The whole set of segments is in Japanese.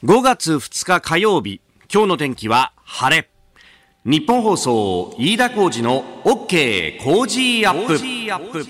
5月2日火曜日、今日の天気は晴れ。日本放送飯田浩司の OK 工事アップ。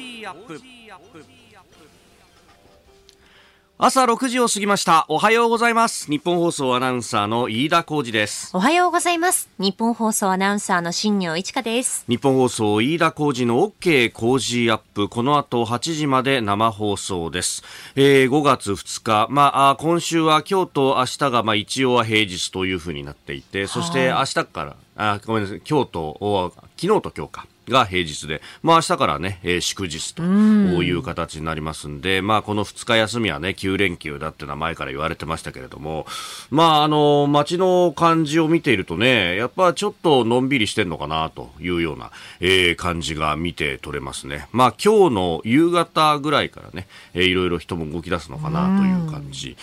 朝6時を過ぎました。おはようございます。日本放送アナウンサーの飯田浩司です。 おはようございます。日本放送アナウンサーの新業一華です。 日本放送飯田浩司の OK 工事アップ、この後8時まで生放送です。5月2日、今週は今日と明日が一応は平日というふうになっていて、そして明日からごめんなさい、昨日と今日かが平日で、明日からね、祝日という形になりますんで、この2日休みはね、9連休だっていうのは前から言われてましたけれども、街の感じを見ているとね、やっぱちょっとのんびりしてんのかなというような、感じが見て取れますね。今日の夕方ぐらいからね、いろいろ人も動き出すのかなという感じ。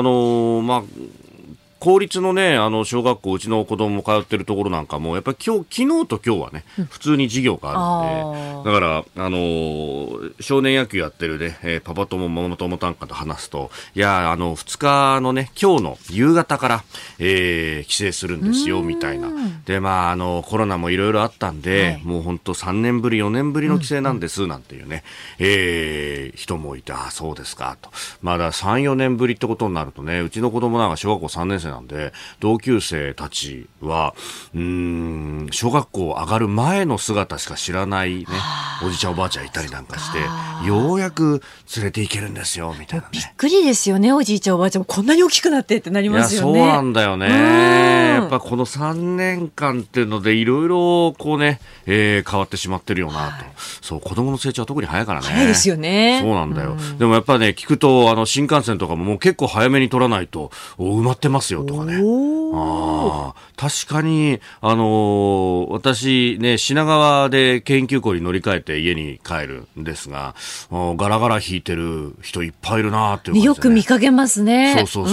公立のね、小学校、うちの子供も通ってるところなんかも、やっぱり昨日と今日はね、普通に授業があるんで、だから、少年野球やってるね、パパ友、ママ友なんかと話すと、いや、2日のね、今日の夕方から、帰省するんですよ、みたいな。で、コロナもいろいろあったんで、もう本当3年ぶり、4年ぶりの帰省なんです、なんていうね、人もいて、そうですか、と。まだ3、4年ぶりってことになるとね、うちの子供なんか小学校3年生なんで、同級生たちは小学校上がる前の姿しか知らないね、おじちゃんおばあちゃんいたりなんかして、ようやく連れて行けるんですよみたいなね。 びっくりですよね。おじいちゃんおばあちゃんもこんなに大きくなってってなりますよね。 いや、そうなんだよね。やっぱこの3年間っていうのでいろいろこうね、変わってしまってるよなと。そう、子供の成長は特に早いからね。 早いですよね。 そうなんだよ。でもやっぱね、聞くと新幹線とかももう結構早めに取らないと埋まってますよとかね。確かに私ね、品川で京浜急行に乗り換えて家に帰るんですが、ガラガラ引いてる人いっぱいいるなっていう感じで、ね、 よく見かけますね。 そう、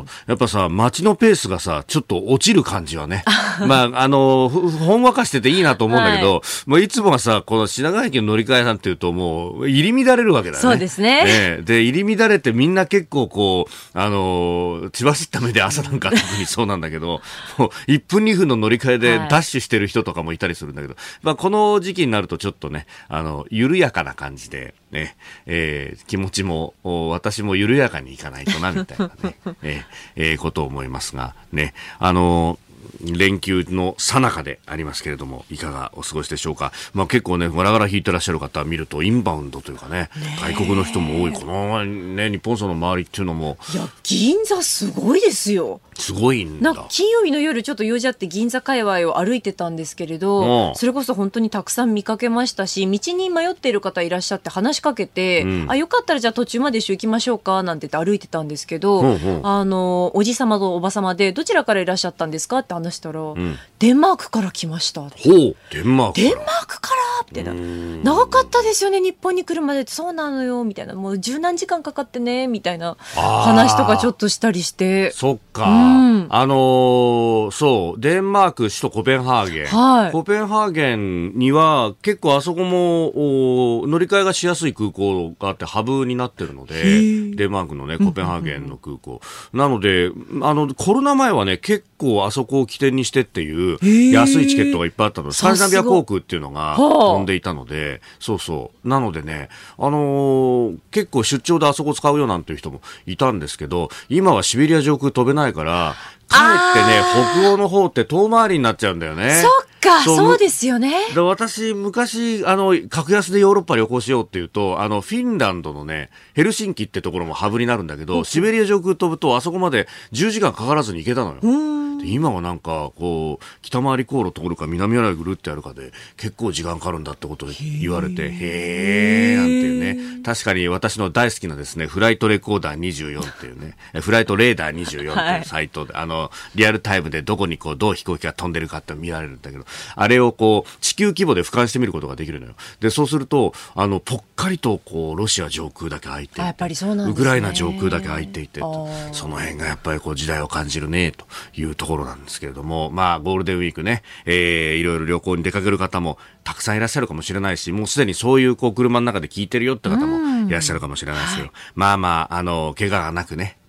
やっぱさ、街のペースがさ、ちょっと落ちる感じはねほんわかしてていいなと思うんだけど、いつもはさ、この品川駅の乗り換えなんていうともう入り乱れるわけだよね。 そうですね。 で、入り乱れてみんな結構こう血走った目で朝なんか特にそうなんだけど、もう1分2分の乗り換えでダッシュしてる人とかもいたりするんだけど、この時期になるとちょっとね、緩やかな感じでね、気持ちも私も緩やかにいかないとなみたいなね、ことを思いますがね、連休の最中でありますけれども、いかがお過ごしでしょうか。結構ね、ガラガラ引いてらっしゃる方を見るとインバウンドというかね、外国の人も多い。このね、日本層の周りっていうのも、 いや、銀座すごいですよ。 すごいんだ。 金曜日の夜ちょっと用事あって銀座界隈を歩いてたんですけれど、それこそ本当にたくさん見かけましたし、道に迷っている方いらっしゃって話しかけて、よかったらじゃあ途中まで一緒行きましょうかなんて言って歩いてたんですけど、おじさまとおばさまでどちらからいらっしゃったんですかって話したら、デンマークから来ましたって。 デンマークからみたいな。長かったですよね、日本に来るまでって。そうなのよみたいな、もう十何時間かかってねみたいな話とかちょっとしたりして。 そっか、そう、デンマーク首都コペンハーゲン、コペンハーゲンには結構あそこも乗り換えがしやすい空港があってハブになってるので、デンマークのね、コペンハーゲンの空港なので、コロナ前はね、結構あそこを起点にしてっていう安いチケットがいっぱいあったので、スカンジナビア航空っていうのが飛んでいたので、そうなのでね、結構出張であそこ使うよなんていう人もいたんですけど、今はシベリア上空飛べないからかえってね、北欧の方って遠回りになっちゃうんだよね。 そっか、そうですよね。 で、私昔格安でヨーロッパ旅行しようっていうと、フィンランドのね、ヘルシンキってところもハブになるんだけど、シベリア上空飛ぶとあそこまで10時間かからずに行けたのよ。今はなんかこう北回り航路通るか南回りぐるってやるかで結構時間かかるんだってことで言われて、へーなんていうね。確かに私の大好きなですね、フライトレコーダー24っていうね、フライトレーダー24っていうサイトで、リアルタイムでどこにこうどう飛行機が飛んでるかって見られるんだけど、あれをこう地球規模で俯瞰してみることができるのよ。で、そうするとぽっかりとこうロシア上空だけ空いていて、 やっぱりそうなんですね、 ウクライナ上空だけ空いていてと、その辺がやっぱりこう時代を感じるねというところなんですけれども、ゴールデンウィークね、いろいろ旅行に出かける方もたくさんいらっしゃるかもしれないし、もうすでにそういうこう車の中で聞いてるよって方もいらっしゃるかもしれないですけど、怪我がなくね、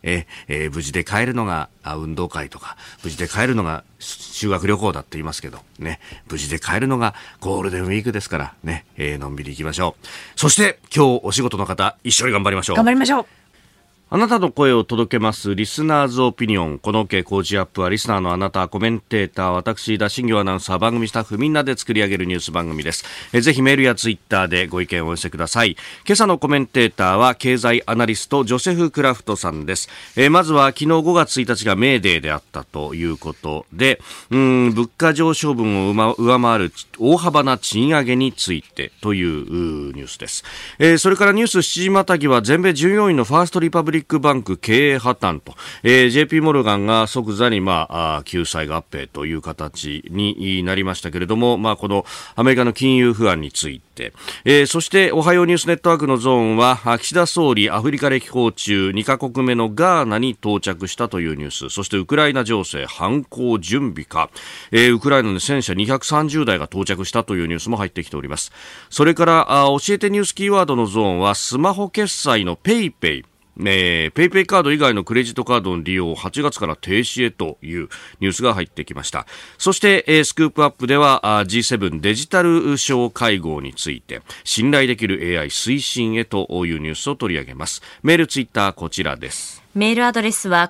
無事で帰るのが運動会とか、無事で帰るのが修学旅行だって言いますけどね、無事で帰るのがゴールデンウィークですからね、のんびり行きましょう。そして今日お仕事の方、一緒に頑張りましょう。 頑張りましょう。 あなたの声を届けますリスナーズオピニオン。この OK 工事アップはリスナーのあなた、コメンテーター、私田新業アナウンサー、番組スタッフみんなで作り上げるニュース番組です。ぜひメールやツイッターでご意見をお寄せください。今朝のコメンテーターは経済アナリストジョセフ・クラフトさんです。まずは昨日5月1日がメーデーであったということで、物価上昇分を上回る大幅な賃上げについてというニュースです。それからニュース7時またぎは全米14位のファーストリパブリックバンク経営破綻と、JP モルガンが即座に救済合併という形になりましたけれども、このアメリカの金融不安について、そしておはようニュースネットワークのゾーンは岸田総理アフリカ歴訪中2カ国目のガーナに到着したというニュース、そしてウクライナ情勢反攻準備か、ウクライナの戦車230台が到着したというニュースも入ってきております。それから教えてニュースキーワードのゾーンはスマホ決済のペイペイ、ペイペイカード以外のクレジットカードの利用を8月から停止へというニュースが入ってきました。そして、スクープアップではG7 デジタル相会合について信頼できる AI 推進へというニュースを取り上げます。メールツイッターこちらです。 メールアドレスは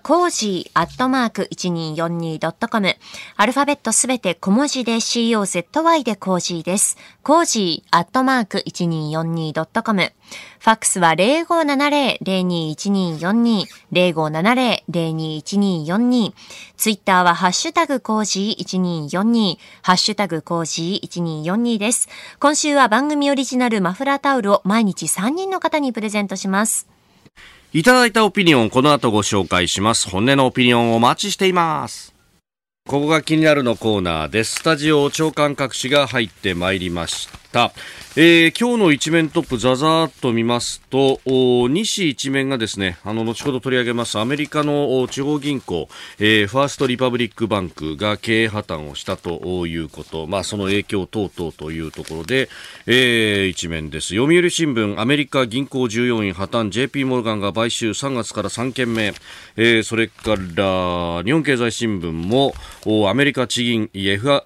cozy@1242.com。アルファベットすべて小文字で COZY でcozyです。cozy@1242.com。ファックスは 0570-021242、0570-021242。ツイッターはハッシュタグcozy1242、ハッシュタグcozy1242です。今週は番組オリジナルマフラータオルを毎日3人の方にプレゼントします。 いただいたオピニオン、この後ご紹介します。本音のオピニオンをお待ちしています。ここが気になるのコーナーです。スタジオ長官各紙が入ってまいりました。今日の一面トップザザーっと見ますと、西一面がですね、後ほど取り上げますアメリカの地方銀行、ファーストリパブリックバンクが経営破綻をしたということ、その影響等々というところで、一面です。読売新聞、アメリカ銀行14位破綻、JP モルガンが買収、3月から3件目。それから日本経済新聞もアメリカ地銀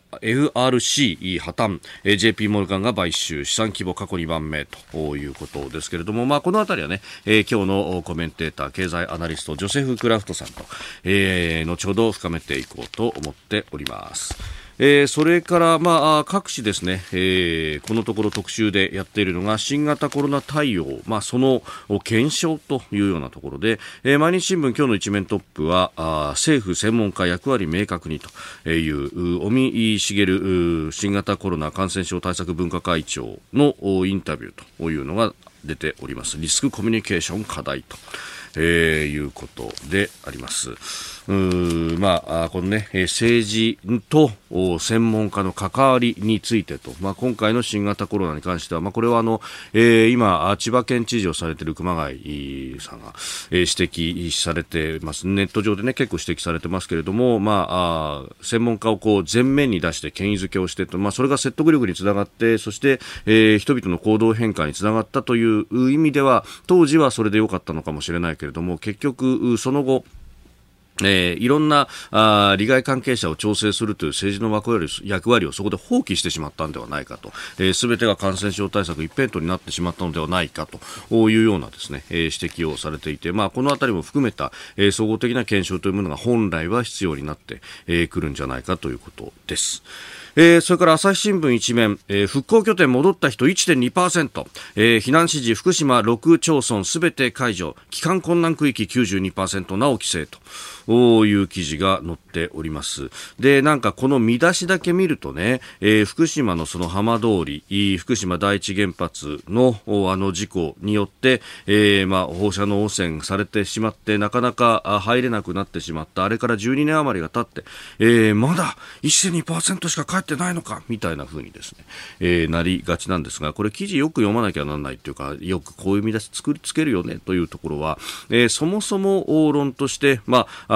FRC 破綻、JP モルガンが買収、資産規模過去2番目ということですけれども、このあたりはね、今日のコメンテーター経済アナリストジョセフ・クラフトさんと、後ほど深めていこうと思っております。それから各紙ですね、このところ特集でやっているのが新型コロナ対応、その検証というようなところで、毎日新聞今日の一面トップは政府専門家役割明確にという尾身茂新型コロナ感染症対策分科会長のインタビューというのが出ております。リスクコミュニケーション課題ということであります。このね、政治と専門家の関わりについてと、今回の新型コロナに関しては、これは今千葉県知事をされている熊谷さんが、指摘されてます。ネット上でね結構指摘されてますけれども、専門家を前面に出して権威づけをしてと、それが説得力につながって、そして、人々の行動変化につながったという意味では、当時はそれで良かったのかもしれないけれども、結局その後いろんな利害関係者を調整するという政治の役割をそこで放棄してしまったんではないかと、全てが感染症対策一辺倒になってしまったのではないかというようなですね、指摘をされていて、このあたりも含めた、総合的な検証というものが本来は必要になってくるんじゃないかということです。それから朝日新聞一面、復興拠点戻った人 1.2%、避難指示福島6町村すべて解除、帰還困難区域 92% なお規制という記事が載っております。で、この見出しだけ見るとね、福島のその浜通り、福島第一原発の事故によって、放射能汚染されてしまってなかなか入れなくなってしまった、あれから12年余りが経って、まだ 1.2% しか返ってないのかみたいな風にですね、なりがちなんですが、これ記事よく読まなきゃならないというか、よくこういう見出し作りつけるよねというところは、そもそも論として、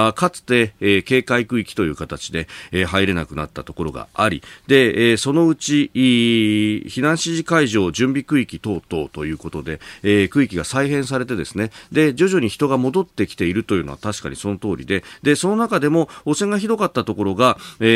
かつて、警戒区域という形で、入れなくなったところがあり、で、そのうち避難指示解除準備区域等々ということで、区域が再編されてですね、で徐々に人が戻ってきているというのは確かにその通りで、その中でも汚染がひどかったところが、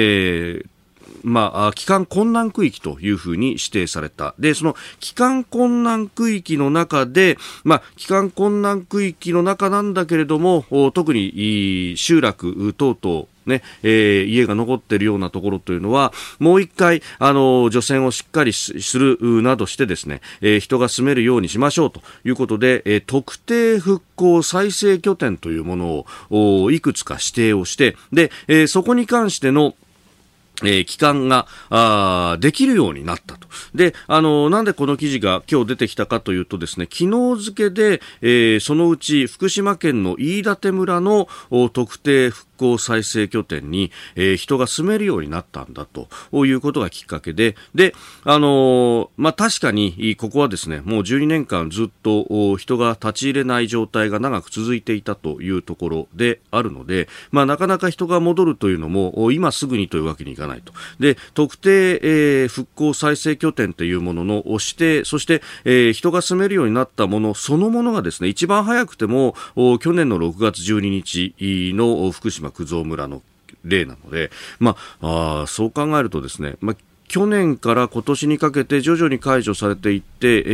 帰還困難区域というふうに指定された。で、その帰還困難区域の中で、帰還困難区域の中なんだけれども、特に集落等々ね、家が残っているようなところというのはもう一回除染をしっかりするなどしてですね、人が住めるようにしましょうということで、特定復興再生拠点というものをいくつか指定をして、で、そこに関しての期間ができるようになったと。で、なんでこの記事が今日出てきたかというとですね、昨日付で、そのうち福島県の飯舘村の特定復興再生拠点に、人が住めるようになったんだということがきっかけで、確かにここはですね、もう12年間ずっと人が立ち入れない状態が長く続いていたというところであるので、なかなか人が戻るというのも今すぐにというわけにいかないと。で、特定、復興再生拠点というものの指定、そして、人が住めるようになったものそのものがですね、一番早くても去年の6月12日の福島九蔵村の例なので、そう考えるとですね、去年から今年にかけて徐々に解除されていって、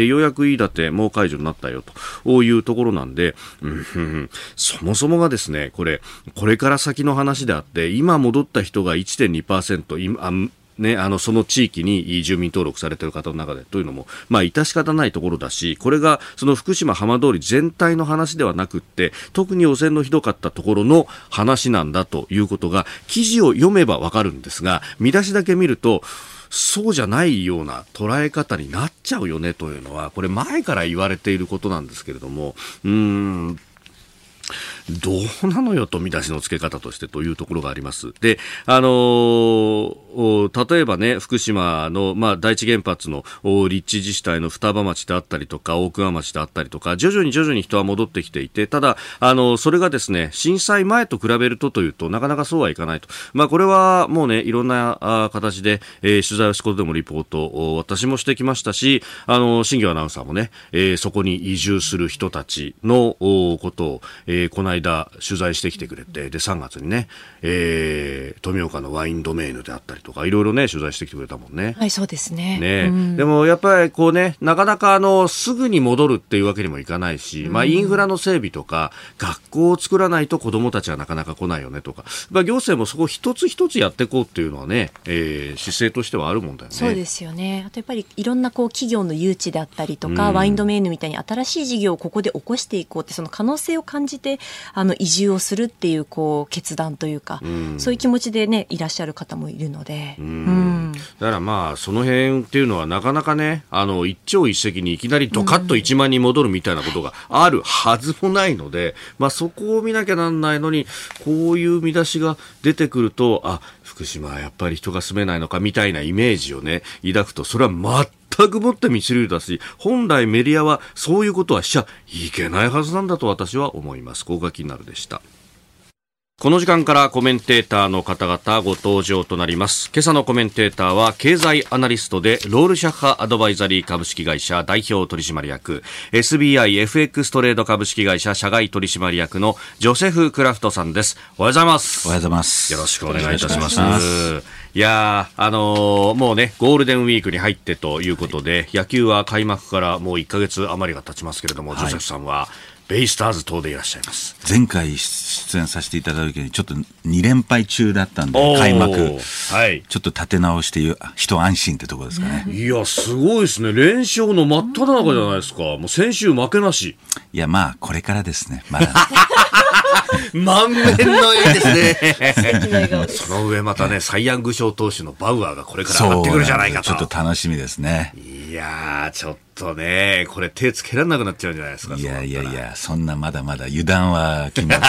ようやく飯舘もう解除になったよというところなんで、そもそもがですね、これから先の話であって、今戻った人が 1.2%、その地域に住民登録されている方の中でというのも、致し方ないところだし、これがその福島浜通り全体の話ではなくって、特に汚染のひどかったところの話なんだということが、記事を読めばわかるんですが、見出しだけ見ると、そうじゃないような捉え方になっちゃうよねというのは、これ前から言われていることなんですけれども、どうなのよと見出しの付け方としてというところがあります。で、例えばね、福島の、第一原発の立地自治体の双葉町であったりとか大熊町であったりとか、徐々に人は戻ってきていて、ただそれがですね、震災前と比べるとというとなかなかそうはいかないと。これはもうね、いろんな形で、取材をすることでもリポート私もしてきましたし、新業アナウンサーもね、そこに移住する人たちのことを、この間取材してきてくれて、で3月にね、富岡のワインドメイヌであったりとかいろいろね取材してきてくれたもんね。 はい、そうですね。 でもやっぱりこうね、なかなかすぐに戻るっていうわけにもいかないし、インフラの整備とか学校を作らないと子どもたちはなかなか来ないよねとか、行政もそこを一つ一つやっていこうっていうのはね、姿勢としてはあるもんだよね。 そうですよね。あとやっぱりいろんな企業の誘致であったりとか、ワインドメイヌみたいに新しい事業をここで起こしていこうって、その可能性を感じて移住をするっていう決断というか、そういう気持ちでねいらっしゃる方もいるので、 だからその辺っていうのはなかなかね、一朝一夕にいきなりドカッと1万人戻るみたいなことがあるはずもないので、そこを見なきゃなんないのに、こういう見出しが出てくると、福島はやっぱり人が住めないのかみたいなイメージをね抱くと、それは全くもってミスリードだし、本来メディアはそういうことはしちゃいけないはずなんだと私は思います。ここが気になるでした。この時間からコメンテーターの方々ご登場となります。今朝のコメンテーターは経済アナリストでロールシャッハアドバイザリー株式会社代表取締役、 SBIFX トレード株式会社社外取締役のジョセフ・クラフトさんです。おはようございます。 おはようございます。 よろしくお願いいたします。いやもうねゴールデンウィークに入ってということで、野球は開幕からもう1ヶ月余りが経ちますけれども、ジョセフさんはベイスターズ等でいらっしゃいます。 前回出演させていただいた時にちょっと2連敗中だったんで、開幕、ちょっと立て直して一安心ってところですかね。 いやすごいですね。連勝の真っ只中じゃないですか。もう先週負けなし。 いやこれからですね、まだ満面の笑みですね。その上またね、サイ・ヤング賞投手のバウアーがこれから上がってくるじゃないかと。 ちょっと楽しみですね。 いやちょっとね、これ手つけられなくなっちゃうんじゃないですか。 いやそんなまだまだ油断は禁物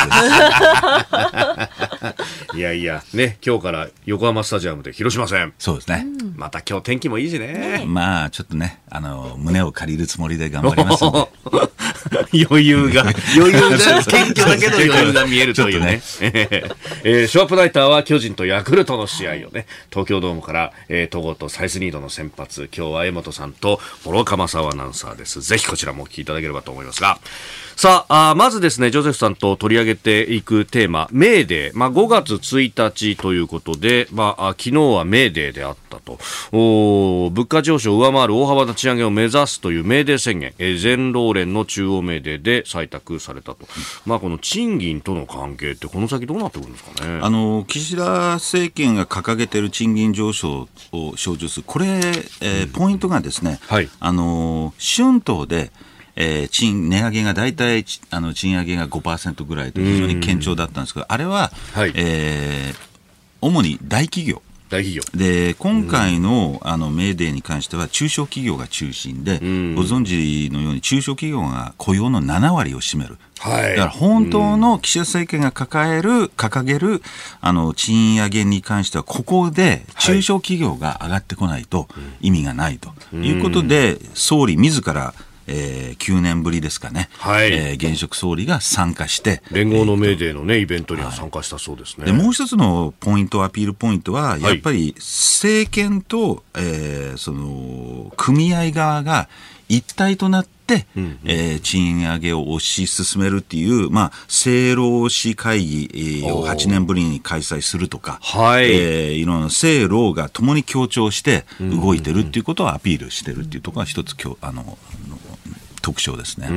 ですいやね、今日から横浜スタジアムで広島戦。 そうですね。 また今日天気もいいしね。 ちょっとね胸を借りるつもりで頑張りますので余裕が謙虚だけど余裕が見えるというね。ショーアップナイターは巨人とヤクルトの試合をね、東京ドームから、戸郷とサイスニードの先発、今日は江本さんと諸岡正夫アナウンサーです。ぜひこちらもお聞きいただければと思いますが、さあ、まずですね、ジョセフさんと取り上げていくテーマ、メーデー、5月1日ということで、昨日はメーデーであったと。物価上昇を上回る大幅な賃上げを目指すというメーデー宣言、全労連の中央メーデーで採択されたと。この賃金との関係ってこの先どうなってくるんですかね。 岸田政権が掲げている賃金上昇を象徴する、これ、ポイントがですね、はい、春闘で値上げが大体賃上げが 5% ぐらいと非常に堅調だったんですけど、あれは、はい、主に大企業で、今回のメーデーに関しては中小企業が中心で、ご存知のように中小企業が雇用の7割を占める。はい、だから本当の岸田政権が掲げる賃上げに関しては、ここで中小企業が上がってこないと意味がないということで、総理自ら9年ぶりですかね、はい、現職総理が参加して連合のメーデーの、イベントには参加したそうですね。 でもう一つのポイント、アピールポイントは、やっぱり政権と、その組合側が一体となって、賃上げを推し進めるっていう、政労使会議を8年ぶりに開催するとか、いろんな政労が共に協調して動いてるっていうことをアピールしてるっていうところが一つ特徴ですね。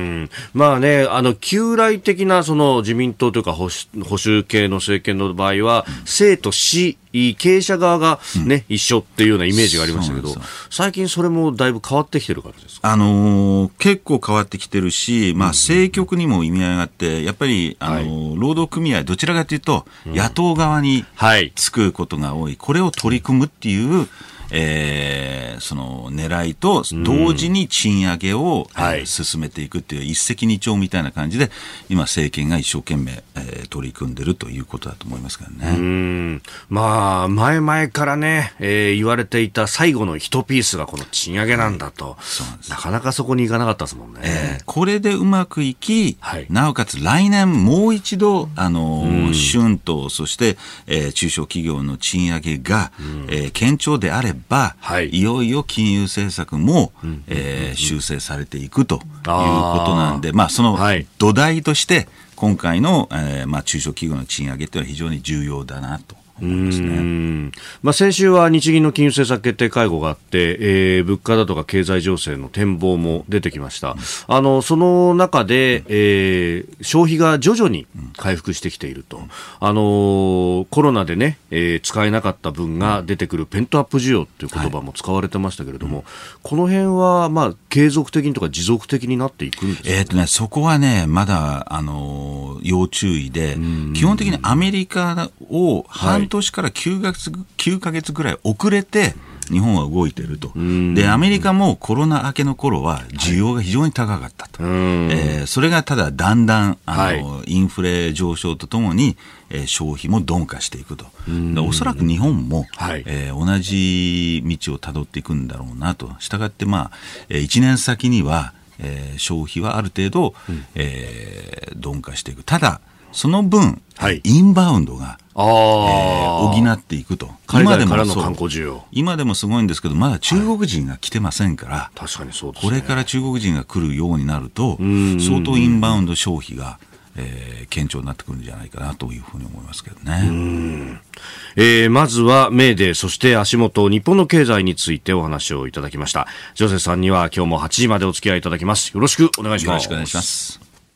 旧来的なその自民党というか保守系の政権の場合は、政と市経営者側が、一緒っていうようなイメージがありましたけど、最近それもだいぶ変わってきてるからですか。 結構変わってきてるし、政局にも意味合いがあって、やっぱり労働組合どちらかというと、野党側につくことが多い、これを取り組むっていうその狙いと同時に賃上げを、進めていくっていう一石二鳥みたいな感じで、今政権が一生懸命、取り組んでるということだと思いますからね。 前々からね、言われていた最後の一ピースがこの賃上げなんだと、なかなかそこに行かなかったですもんね。 これでうまくいき、なおかつ来年もう一度春闘、そして、中小企業の賃上げが、堅調であれば、いよいよ金融政策も、修正されていくということなんで、その土台として今回の、中小企業の賃上げというのは非常に重要だなと思いますね。 先週は日銀の金融政策決定会合があって、物価だとか経済情勢の展望も出てきました。その中で、消費が徐々に回復してきていると。コロナでね、使えなかった分が出てくるペントアップ需要という言葉も使われてましたけれども、この辺は継続的にとか持続的になっていくんですか。 そこはね、まだ要注意で、基本的にアメリカを半年から9ヶ月ぐらい遅れて日本は動いていると。で、アメリカもコロナ明けの頃は需要が非常に高かったと。それがただだんだんインフレ上昇とともに、消費も鈍化していくと。おそらく日本も、同じ道をたどっていくんだろうなと。したがって1年先には、消費はある程度、鈍化していく。ただその分、インバウンドが補っていくと。 海外からの観光需要、 今でもすごいんですけど、まだ中国人が来てませんから、 確かにそうですね。 これから中国人が来るようになると、相当インバウンド消費が、堅調になってくるんじゃないかなというふうに思いますけどね。 まずはメーデー、そして足元日本の経済についてお話をいただきました。ジョセフさんには今日も8時までお付き合いいただきます。よろしくお願いします。 よろしくお願いします。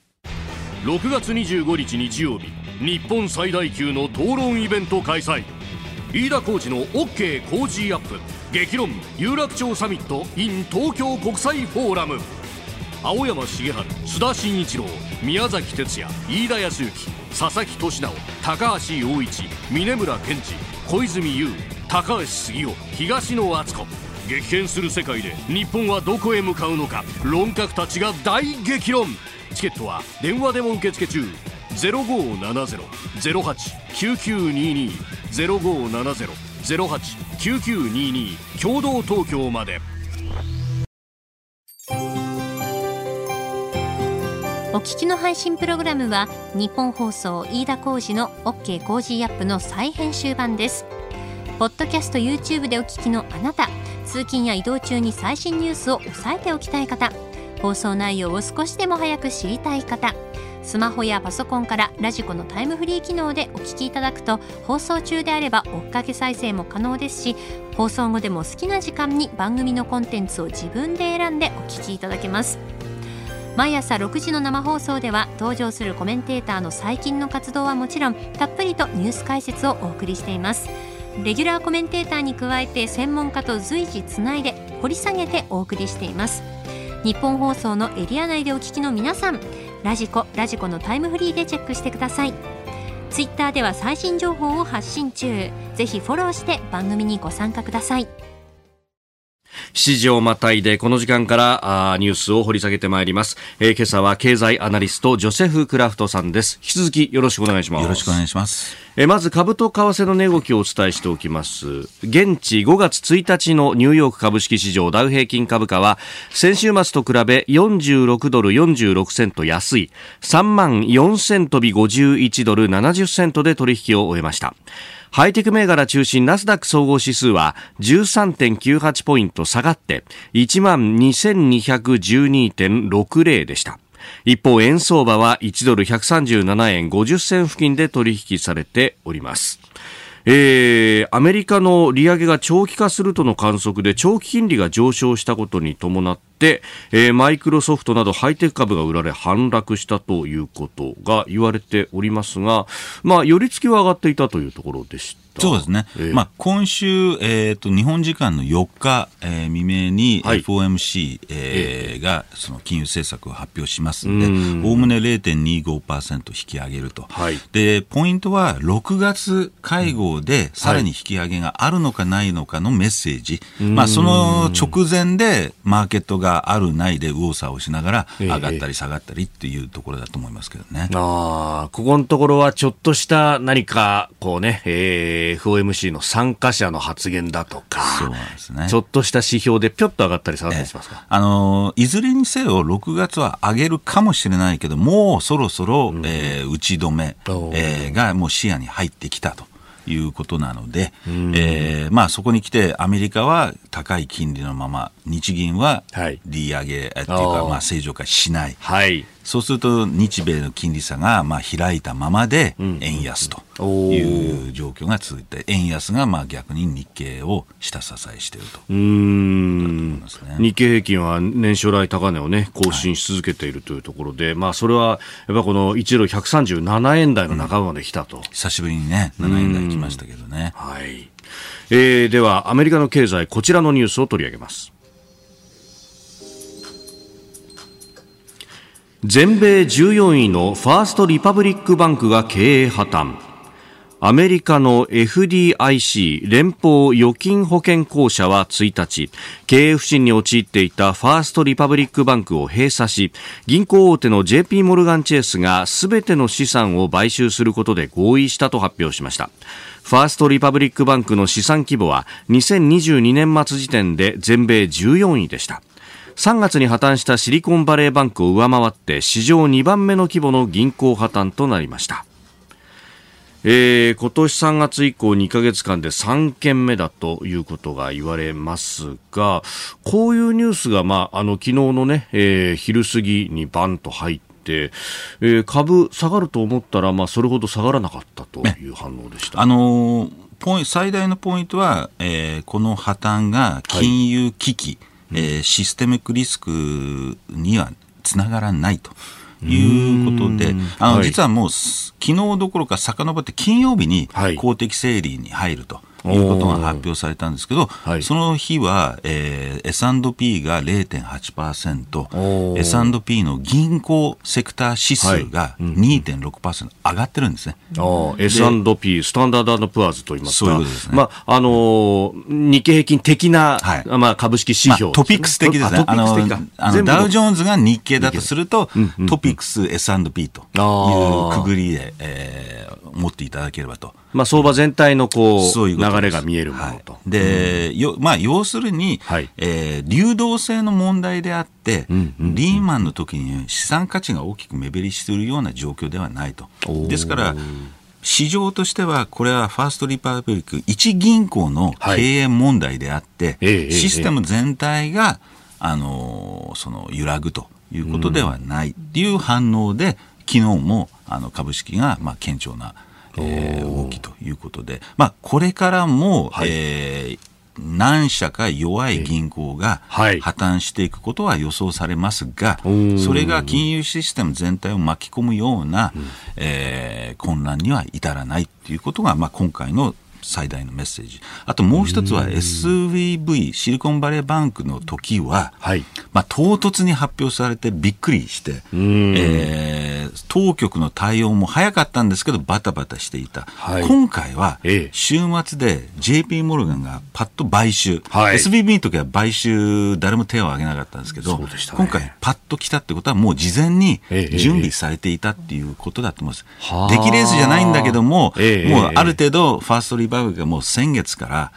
6月25日日曜日、日本最大級の討論イベント開催。飯田浩司の OK 工事アップ激論有楽町サミット in 東京国際フォーラム。青山茂春、須田慎一郎、宮崎哲也、飯田康之、佐々木俊直、高橋陽一、峯村健二、小泉悠、高橋杉雄、東野篤子。激変する世界で日本はどこへ向かうのか、論客たちが大激論。チケットは電話でも受付中。 0570-08-9922 0570-08-9922 共同東京まで。 聞きの配信プログラムは日本放送飯田浩司の OK コージーアップの再編集版です。ポッドキャスト YouTube でお聞きのあなた、通勤や移動中に最新ニュースを押さえておきたい方、放送内容を少しでも早く知りたい方、スマホやパソコンからラジコのタイムフリー機能でお聞きいただくと、放送中であれば追っかけ再生も可能ですし、放送後でも好きな時間に番組のコンテンツを自分で選んでお聞きいただけます。毎朝6時の生放送では登場するコメンテーターの最近の活動はもちろん、たっぷりとニュース解説をお送りしています。レギュラーコメンテーターに加えて専門家と随時つないで掘り下げてお送りしています。日本放送のエリア内でお聞きの皆さん、ラジコのタイムフリーでチェックしてください。ツイッターでは最新情報を発信中。ぜひフォローして番組にご参加ください。 7時をまたいでこの時間からニュースを掘り下げてまいります。今朝は経済アナリストジョセフ・クラフトさんです。引き続きよろしくお願いします。 よろしくお願いします。 まず株と為替の値動きをお伝えしておきます。現地5月1日のニューヨーク株式市場ダウ平均株価は先週末と比べ46ドル46セント安い 34,000 飛び51ドル70セントで取引を終えました。ハイテク銘柄中心ナスダック総合指数は 13.98 ポイント下がって12,212.60 でした。一方円相場は1ドル137円50銭付近で取引されております。アメリカの利上げが長期化するとの観測で長期金利が上昇したことに伴って、マイクロソフトなどハイテク株が売られ反落したということが言われておりますが、寄り付きは上がっていたというところでした。 そうですね。今週、日本時間の4日、未明に FOMC、がその金融政策を発表しますので、おおむね 0.25% 引き上げると。で、ポイントは6月会合でさらに引き上げがあるのかないのかのメッセージ。その直前でマーケットがあるないで右往左往しながら上がったり下がったりっていうところだと思いますけどね。 ここのところはちょっとした何かこうね、FOMC の参加者の発言だとか、そうなんですね、ちょっとした指標でぴょっと上がったり下がったりしますか。 いずれにせよ6月は上げるかもしれないけど、もうそろそろ、打ち止め、がもう視野に入ってきたということなので、そこに来てアメリカは高い金利のまま、日銀は利上げ、っていうか正常化しない。そうすると日米の金利差が開いたままで円安という状況が続いて、円安が逆に日経を下支えしていると。 日経平均は年初来高値をね更新し続けているというところで、それはやっぱこの1ドル137円台の半ばまで来たと、 久しぶりにね7円台来ましたけどね。 ではアメリカの経済、こちらのニュースを取り上げます。全米14位のファーストリパブリックバンクが経営破綻。アメリカの FDIC 連邦預金保険公社は1日、経営不振に陥っていたファーストリパブリックバンクを閉鎖し、銀行大手の JP モルガンチェースが全ての資産を買収することで合意したと発表しました。ファーストリパブリックバンクの資産規模は2022年末時点で全米14位でした。3月に破綻したシリコンバレーバンクを上回って史上2番目の規模の銀行破綻となりました。今年3月以降2ヶ月間で3件目だということが言われますが、こういうニュースが、昨日のね、昼過ぎにバンと入って、株下がると思ったら、それほど下がらなかったという反応でした。 最大のポイントは、この破綻が金融危機、システミックリスクにはつながらないということで、実はもう昨日どころか遡って金曜日に公的整理に入るということが発表されたんですけど、その日は、S&P が 0.8%、S&P の銀行セクター指数が 2.6% 上がってるんですね。 S&P スタンダード&プアーズと言いますか、 そういうことですね。 日経平均的な、株式指標、 トピックス的ですね。ダウジョーンズが日経だとすると、トピックス S&P というくぐりで、 持っていただければと。 相場全体のそういう流れが見えるものと。 はい、で、要するに、はい、流動性の問題であって、リーマンの時に資産価値が大きく目減りするような状況ではないと。ですから、市場としては、これはファーストリパブリック、一銀行の経営問題であって、システム全体が、揺らぐということではないっていう反応で、昨日も株式が堅調な動きということで、これからも、はい、何社か弱い銀行が破綻していくことは予想されますが、それが金融システム全体を巻き込むような、混乱には至らないということが、今回の最大のメッセージ。あともう一つは SVB シリコンバレーバンクの時は、はい、唐突に発表されてびっくりして、当局の対応も早かったんですけどバタバタしていた、はい、今回は週末で JP モルガンがパッと買収、はい、SVB の時は買収誰も手を挙げなかったんですけど、そうでしたね、今回パッと来たってことはもう事前に準備されていたっていうことだと思います、出来レースじゃないんだけども、もうある程度ファーストリパブリックがもう先月から、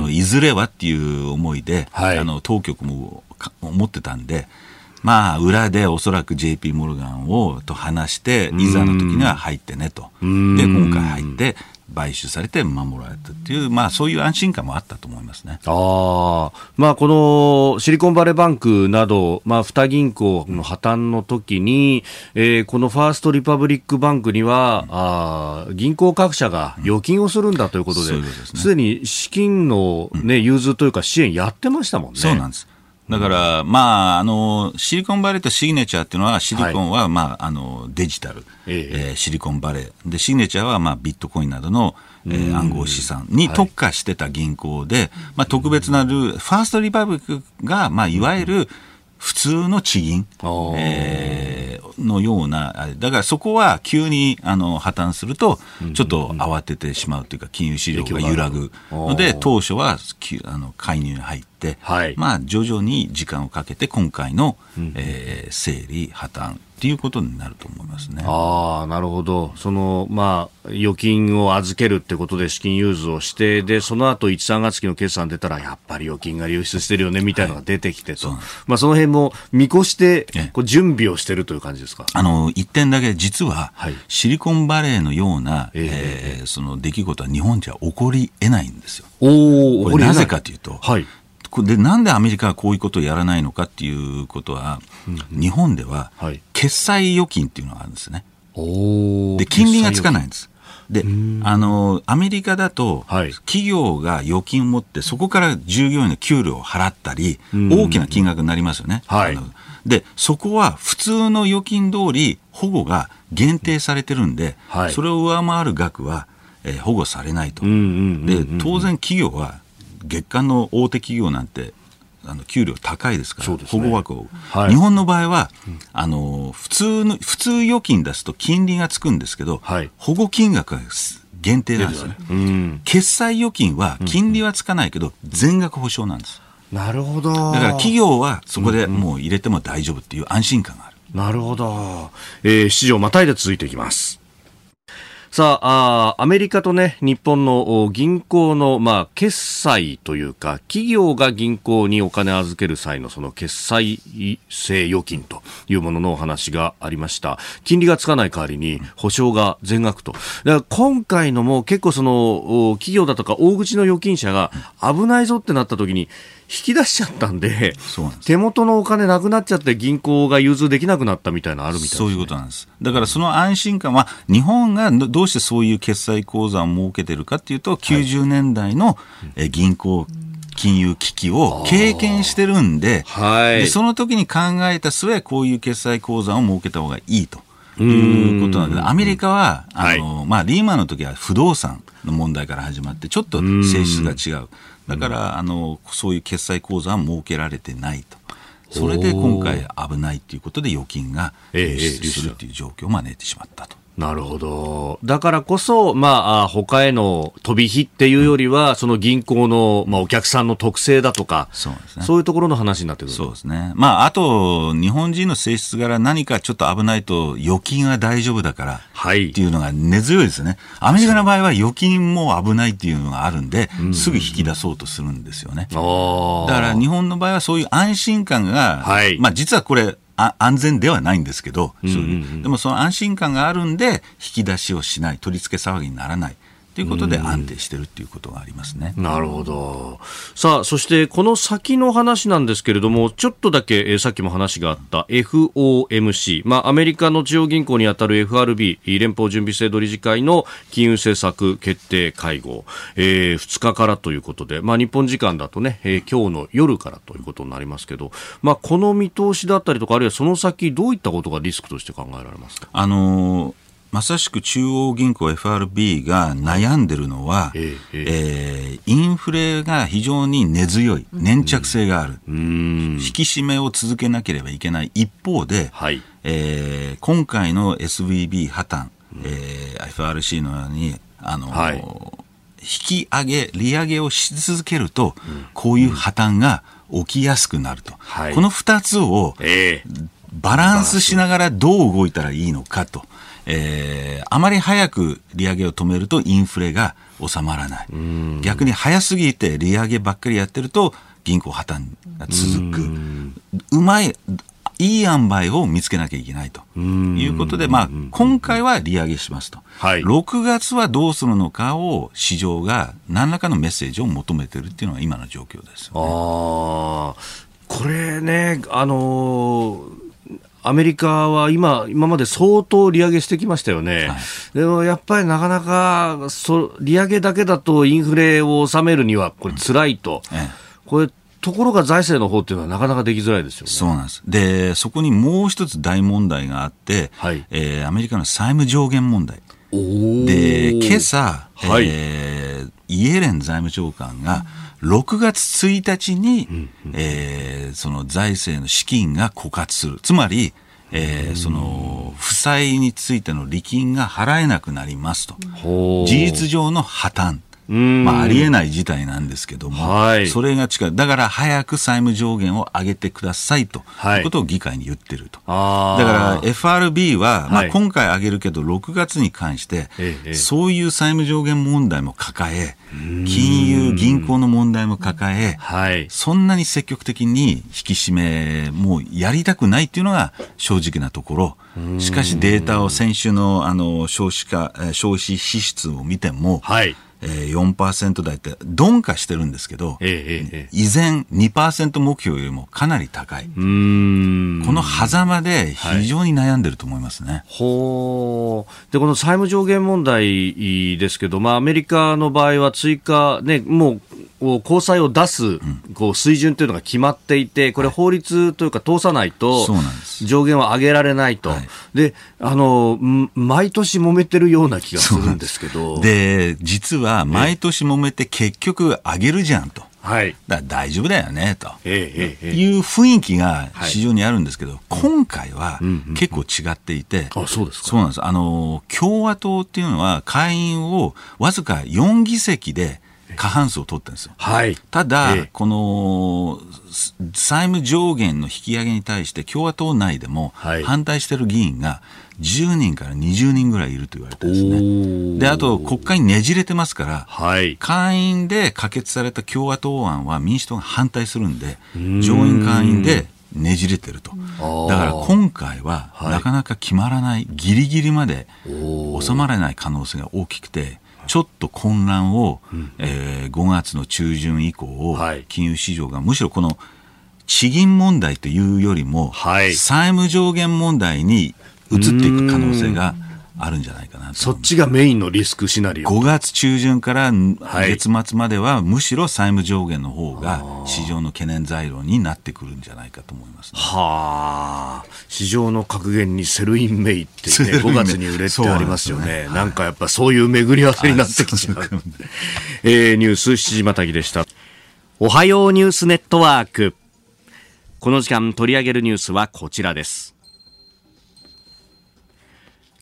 いずれはっていう思いで、はい、当局も思ってたんで、裏でおそらく JP モルガンと話して、いざの時には入ってねと。で、今回入って買収されて守られたっていう、そういう安心感もあったと思いますね。 このシリコンバレーバンクなど、2銀行の破綻の時に、このファーストリパブリックバンクには、銀行各社が預金をするんだということで、すでに資金の、融通というか支援やってましたもんね。 そうなんです。だから、シリコンバレーとシグネチャーっていうのは、シリコンは、デジタル、シリコンバレー。で、シグネチャーは、ビットコインなどの、暗号資産に特化してた銀行で、特別なルール、ファーストリパブリックが、いわゆる普通の地銀、のような、だからそこは急に破綻すると、ちょっと慌ててしまうというか、金融市場が揺らぐので、当初は介入に入って、はい、徐々に時間をかけて、今回の、整理、破綻っていうことになると思いますね。 なるほど。預金を預けるってことで資金融通をして、で、その後1、3月期の決算出たら、やっぱり預金が流出してるよね、みたいなのが出てきてと。はい、その辺も見越して、準備をしてるという感じですか？ 一点だけ、実は、シリコンバレーのような、その出来事は日本じゃ起こり得ないんですよ。これなぜかというと、はい、でなんでアメリカはこういうことをやらないのかっていうことは、日本では決済預金っていうのがあるんですね。で金利がつかないんです。でアメリカだと、企業が預金を持ってそこから従業員の給料を払ったり、大きな金額になりますよね。でそこは普通の預金通り保護が限定されてるんで、それを上回る額は、保護されないと。で当然企業は月間の大手企業なんて給料高いですから、保護枠を、日本の場合は普通預金出すと金利がつくんですけど、保護金額が限定なんですよね。決済預金は金利はつかないけど、全額保証なんです。 なるほど。 だから企業はそこでもう入れても大丈夫っていう安心感がある。 なるほど。市場またいで続いていきます。さあ、アメリカとね、日本の銀行の、決済というか、企業が銀行にお金を預ける際のその決済性預金というもののお話がありました。金利がつかない代わりに保証が全額と。だから今回のも結構その企業だとか大口の預金者が危ないぞってなった時に引き出しちゃったんで、手元のお金なくなっちゃって銀行が融通できなくなったみたいなのあるみたいですね。 そういうことなんです。だからその安心感は、日本がどうしてそういう決済口座を設けてるかっていうと、90年代の銀行金融危機を経験してるんで、でその時に考えた末、こういう決済口座を設けた方がいいということなので、アメリカはリーマンの時は不動産の問題から始まってちょっと性質が違う。だからそういう決済口座は設けられてないと。それで今回危ないということで預金が流出するという状況を招いてしまったとなるほど。だからこそ、他への飛び火っていうよりは、その銀行の、お客さんの特性だとか、そうですね、そういうところの話になってくる。 そうですね。あと、日本人の性質柄何かちょっと危ないと、預金は大丈夫だから、っていうのが根強いですね。アメリカの場合は預金も危ないっていうのがあるんで、すぐ引き出そうとするんですよね。だから日本の場合はそういう安心感が、実はこれ、安全ではないんですけど、でもその安心感があるんで引き出しをしない、取り付け騒ぎにならないということで安定しているということがありますね。 なるほど。さあ、そしてこの先の話なんですけれども、ちょっとだけ、さっきも話があった FOMC、アメリカの中央銀行にあたる FRB 連邦準備制度理事会の金融政策決定会合、2日からということで、日本時間だとね、今日の夜からということになりますけど、この見通しだったりとか、あるいはその先どういったことがリスクとして考えられますか？ まさしく中央銀行 FRB が悩んでるのは、インフレが非常に根強い、粘着性がある、引き締めを続けなければいけない一方で、今回の SVB 破綻、FRC のように引き上げ、利上げをし続けると、こういう破綻が起きやすくなると、この2つをバランスしながらどう動いたらいいのかと。あまり早く利上げを止めるとインフレが収まらない。逆に早すぎて利上げばっかりやってると銀行破綻が続く。いい塩梅を見つけなきゃいけないということで、今回は利上げしますと。6月はどうするのかを市場が何らかのメッセージを求めているっていうのが今の状況ですよね。 これね、アメリカは今まで相当利上げしてきましたよね。でもやっぱりなかなか利上げだけだとインフレを収めるにはこれ辛いと。これところが財政の方っていうのはなかなかできづらいですよね。 そうなんです。で、そこにもう一つ大問題があって、アメリカの債務上限問題。で、今朝、イエレン財務長官が6月1日に、その財政の資金が枯渇する。つまり、その負債についての利金が払えなくなりますと。事実上の破綻。ありえない事態なんですけども、それが近い。だから早く債務上限を上げてくださいということを議会に言ってると。だから FRB は、今回上げるけど6月に関して、そういう債務上限問題も抱え、金融銀行の問題も抱え、そんなに積極的に引き締めもやりたくないっていうのが正直なところ。しかしデータを先週の消費支出を見ても、4% 台って鈍化してるんですけど、依然 2% 目標よりもかなり高い。この狭間で非常に悩んでると思いますね。 でこの債務上限問題ですけど、アメリカの場合は追加、もう公債を出す水準というのが決まっていて、これ法律というか通さないと上限を上げられないと。で、毎年揉めてるような気がするんですけど。 で、実は毎年揉めて結局上げるじゃんと。だから大丈夫だよねという雰囲気が市場にあるんですけど、今回は結構違っていて、そうなんです。共和党っていうのは下院をわずか4議席で過半数を取ってるんですよ。ただ、この債務上限の引き上げに対して共和党内でも反対している議員が10人から20人ぐらいいると言われてですね。で、あと国会にねじれてますから、下院で可決された共和党案は民主党が反対するんで、上院下院でねじれてると。だから今回はなかなか決まらない、ギリギリまで収まらない可能性が大きくて、ちょっと混乱を、5月の中旬以降、金融市場がむしろこの地銀問題というよりも、債務上限問題に移っていく可能性があるんじゃないかなと。 そっちがメインのリスクシナリオ。 5月中旬から月末までは、むしろ債務上限の方が市場の懸念材料になってくるんじゃないかと思いますね。 市場の格言にセルインメイってね、5月に売れってありますよね。なんかやっぱそういう巡り合わせになってきちゃう。ニュース7時またぎでした。おはようニュースネットワーク。この時間取り上げるニュースはこちらです。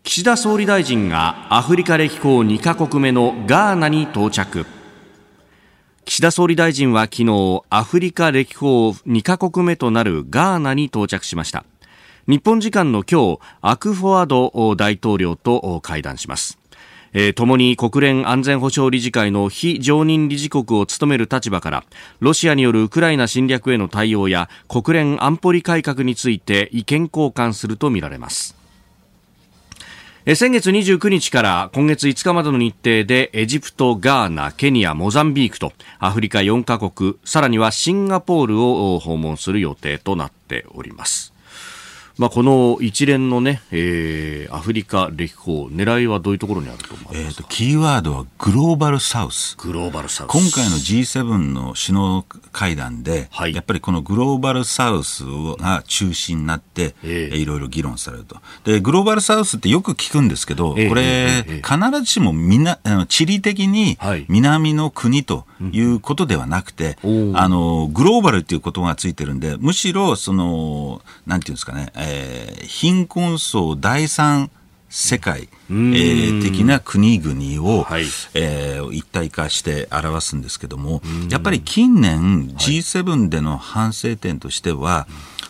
岸田総理大臣がアフリカ歴訪2カ国目のガーナに到着。岸田総理大臣は昨日、アフリカ歴訪2カ国目となるガーナに到着しました。日本時間の今日、アクフォアド大統領と会談します。共に国連安全保障理事会の非常任理事国を務める立場から、ロシアによるウクライナ侵略への対応や国連安保理改革について意見交換するとみられます。先月29日から今月5日までの日程でエジプト、ガーナ、ケニア、モザンビークとアフリカ4カ国、さらにはシンガポールを訪問する予定となっております。この一連のね、アフリカ歴訪、狙いはどういうところにあると思いますか？ キーワードはグローバルサウス。 グローバルサウス。 今回の G7 の首脳会談で、はい、やっぱりこのグローバルサウスが中心になって、いろいろ議論されると。で、グローバルサウスってよく聞くんですけど、これ、必ずしも地理的に南の国ということではなくて、グローバルっていうことがついてるんで、むしろなんていうんですかね、貧困層第三世界、的な国々を、一体化して表すんですけども、やっぱり近年 G7 での反省点としては、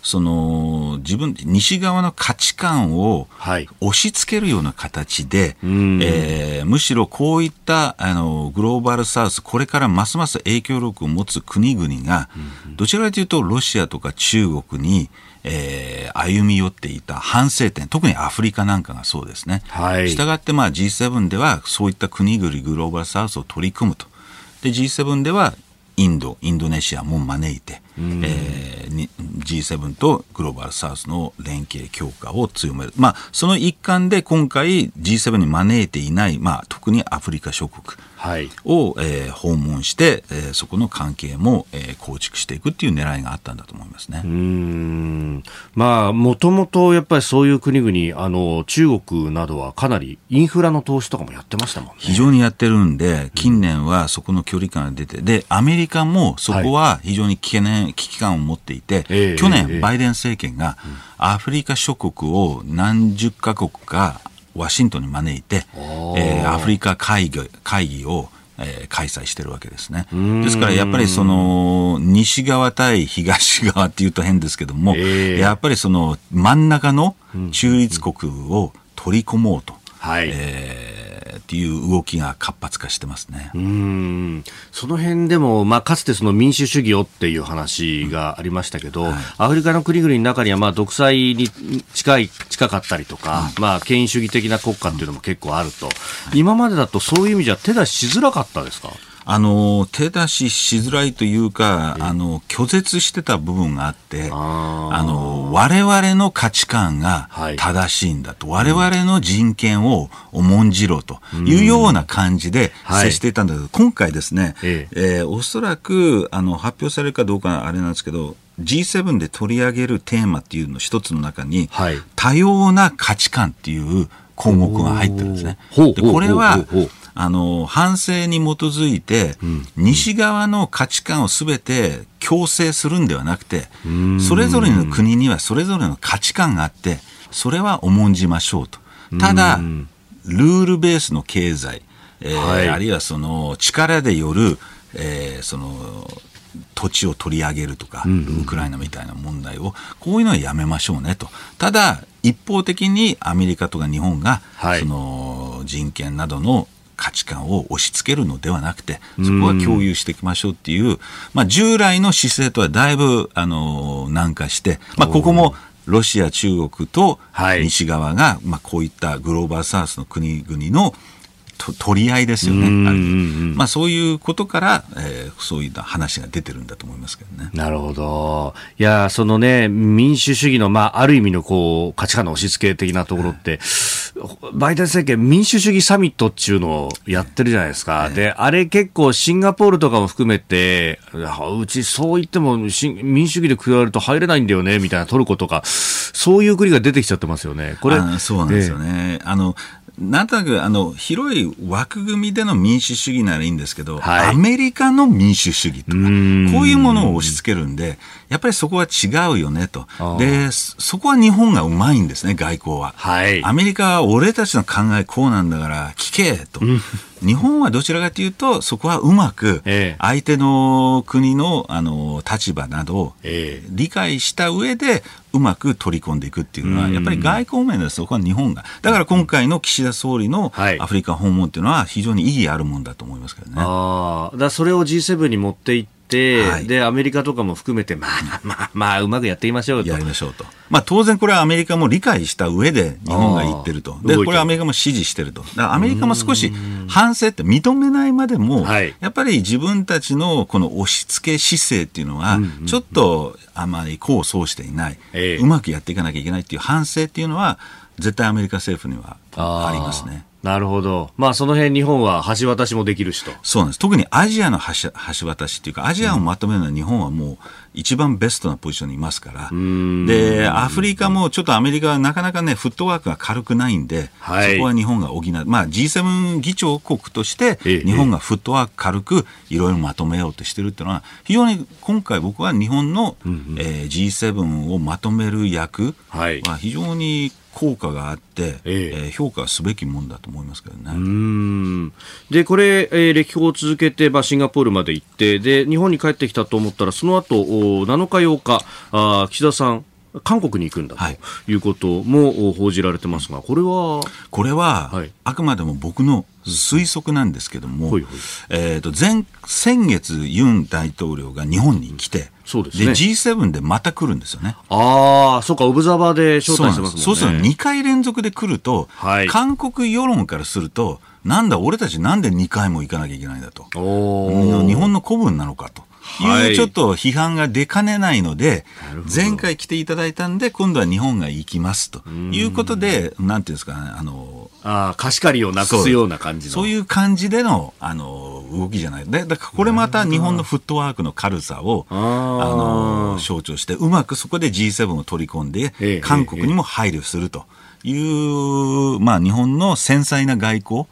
西側の価値観を押し付けるような形で、むしろこういったグローバルサウス、これからますます影響力を持つ国々が、どちらかというとロシアとか中国に歩み寄っていた反省点、特にアフリカなんかがそうですね。したがって、G7 ではそういった国々グローバルサウスを取り組むと。で G7 ではインドネシアも招いて、G7 とグローバルサウスの連携強化を強める。その一環で今回 G7 に招いていない、特にアフリカ諸国を、訪問して、そこの関係も、構築していくっていう狙いがあったんだと思いますね。 もともとやっぱりそういう国々、中国などはかなりインフラの投資とかもやってましたもんね。 非常にやってるんで、近年はそこの距離感が出て、でアメリカもそこは非常に危機感を持っていて、去年バイデン政権がアフリカ諸国を何十カ国かワシントンに招いて、アフリカ会議を開催してるわけですね。ですからやっぱり西側対東側っていうと変ですけども、やっぱり真ん中の中立国を取り込もうと、っていう動きが活発化してますね。 その辺でも、かつて民主主義をっていう話がありましたけど、アフリカの国々の中には独裁に近かったりとか、権威主義的な国家っていうのも結構あると。今までだとそういう意味じゃ手出ししづらかったですか？ 手出ししづらいというか、拒絶してた部分があって、我々の価値観が正しいんだと、我々の人権を重んじろというような感じで接していたんだけど、今回ですね、おそらく発表されるかどうかあれなんですけど、G7 で取り上げるテーマっていうの一つの中に、多様な価値観っていう項目が入ってるんですね。でこれは反省に基づいて、西側の価値観をすべて強制するんではなくて、それぞれの国にはそれぞれの価値観があって、それは重んじましょうと。ただルールベースの経済、あるいは力でよる、土地を取り上げるとか、ウクライナみたいな問題を、こういうのはやめましょうねと。ただ一方的にアメリカとか日本が、人権などの価値観を押し付けるのではなくて、そこは共有していきましょうっていう、従来の姿勢とはだいぶ軟化して、ここもロシア、中国と西側が、こういったグローバルサウスの国々の取り合いですよね。そういうことから、そういう話が出てるんだと思いますけどね。 なるほど。いや、民主主義の、ある意味の価値観の押し付け的なところって、バイデン政権民主主義サミットっていうのをやってるじゃないですか。で、あれ結構シンガポールとかも含めて、うちそう言っても民主主義で食われると入れないんだよね、みたいなトルコとか、そういう国が出てきちゃってますよね。これ。 そうなんですよね。 なんとなく広い枠組みでの民主主義ならいいんですけど、アメリカの民主主義とかこういうものを押し付けるんで、やっぱりそこは違うよねと。でそこは日本がうまいんですね、外交は。アメリカは俺たちの考えこうなんだから聞けと。日本はどちらかというとそこはうまく相手の国の立場などを理解した上でうまく取り込んでいくっていうのはやっぱり外交面でそこは日本が、だから今回の岸田総理のアフリカ訪問っていうのは非常に意義あるもんだと思いますけどね。 だからそれを G7 に持っていって、でアメリカとかも含めてまあうまくやっていきましょうと。 やりましょうと。当然これはアメリカも理解した上で日本が言ってると。でこれはアメリカも支持してると。だからアメリカも少し反省って認めないまでも、やっぱり自分たちのこの押し付け姿勢っていうのはちょっとあまり功を奏していない、うまくやっていかなきゃいけないっていう反省っていうのは絶対アメリカ政府にはありますね。 なるほど。その辺日本は橋渡しもできるしと。 そうなんです。特にアジアの橋渡しっていうか、アジアをまとめるのは日本はもう一番ベストなポジションにいますから。で、アフリカもちょっとアメリカはなかなかね、フットワークが軽くないんで、そこは日本が補う。G7 議長国として日本がフットワーク軽くいろいろまとめようとしてるっていうのは、非常に今回僕は日本の、G7 をまとめる役は非常に効果があって、評価すべきもんだと思いますけどね。 でこれ、歴訪を続けて、シンガポールまで行ってで日本に帰ってきたと思ったらその後7日8日岸田さん韓国に行くんだということも報じられてますが、これは、あくまでも僕の推測なんですけども、先月ユン大統領が日本に来て、 そうですね、 で G7 でまた来るんですよね。 そうか、オブザーバーで招待してますもんね。 そうすると2回連続で来ると、韓国世論からするとなんだ俺たちなんで2回も行かなきゃいけないんだと、日本の子分なのかというちょっと批判が出かねないので、前回来ていただいたんで今度は日本が行きますということで、なんていうんですかね、 貸し借りをなくすような感じの、 そういう感じでの動きじゃないで、だからこれまた日本のフットワークの軽さを象徴して、うまくそこで G7 を取り込んで、韓国にも配慮するという、日本の繊細な外交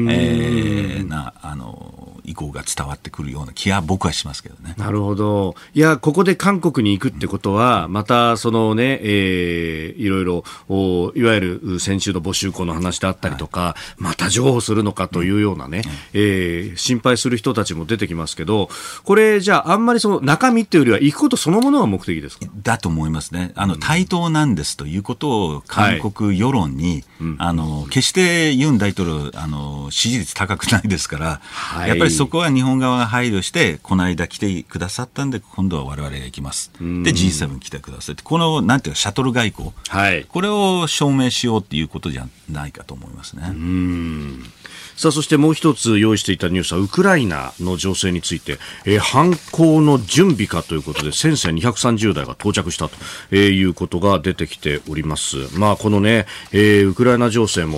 意向が伝わってくるような気は僕はしますけどね。 なるほど。いや、ここで韓国に行くってことは、またそのね、いろいろいわゆる先週の募集校の話であったりとか、また譲歩するのかというようなね、心配する人たちも出てきますけど、これじゃああんまりその中身っていうよりは行くことそのものが目的ですか？ だと思いますね。対等なんですということを韓国世論に、決してユン大統領支持率高くないですから、やっぱりそこは日本側が配慮して、この間来てくださったんで今度は我々が行きます、で G7 来てくださいって、このなんていうかシャトル外交、これを証明しようっていうことじゃないかと思いますね。 さあ、そしてもう一つ用意していたニュースはウクライナの情勢について、反攻の準備かということで戦車230台が到着したということが出てきております。このね、ウクライナ情勢も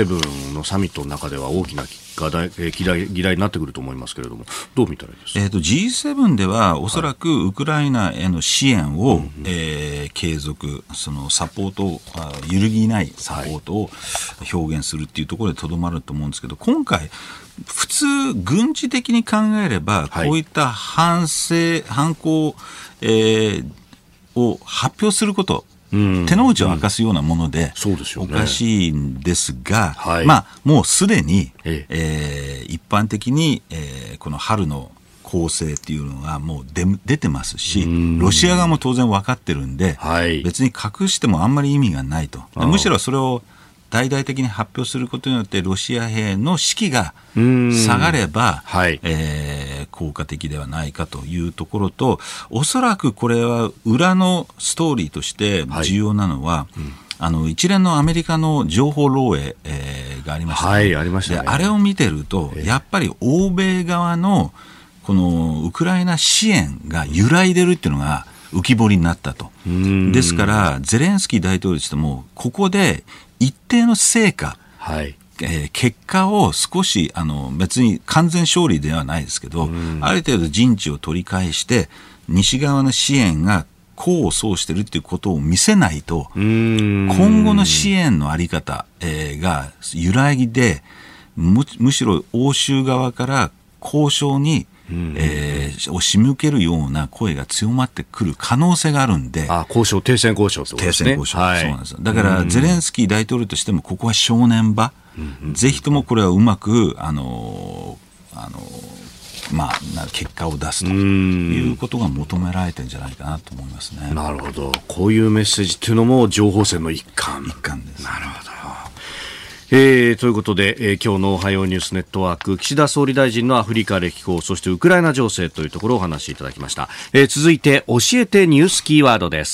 G7 のサミットの中では大きな議題になってくると思いますけれども、どう見たらいいですか ？G7 ではおそらくウクライナへの支援を、継続、そのサポート、揺るぎないサポートを表現するっていうところでとどまると思うんですけど、今回普通軍事的に考えれば、こういった反攻、を発表すること、手の内を明かすようなもので、おかしいんですが、もうすでに、一般的に、この春の攻勢っていうのがもう出てますし、ロシア側も当然分かってるんで、別に隠してもあんまり意味がないと。むしろそれを大々的に発表することによってロシア兵の士気が下がれば、効果的ではないかというところと、おそらくこれは裏のストーリーとして重要なのは、一連のアメリカの情報漏洩、がありましたね。 ありましたね。 であれを見てると、やっぱり欧米側のこのウクライナ支援が揺らいでるっていうのが浮き彫りになったと。ですからゼレンスキー大統領としてもここで一定の成果、結果を少し別に完全勝利ではないですけど、ある程度陣地を取り返して西側の支援が功を奏しているということを見せないと、今後の支援のあり方、が揺らぎで、むしろ欧州側から交渉に、を仕向けるような声が強まってくる可能性があるんで、 停戦交渉ということですね。 停戦交渉、はい、そうなんです。だからゼレンスキー大統領としてもここは正念場、ぜひともこれはうまく結果を出すということが求められてるんじゃないかなと思いますね。 なるほど。こういうメッセージというのも情報戦の一環です。 なるほど。ということで、今日のおはようニュースネットワーク、岸田総理大臣のアフリカ歴訪、そしてウクライナ情勢というところをお話しいただきました。続いて教えてニュースキーワードです。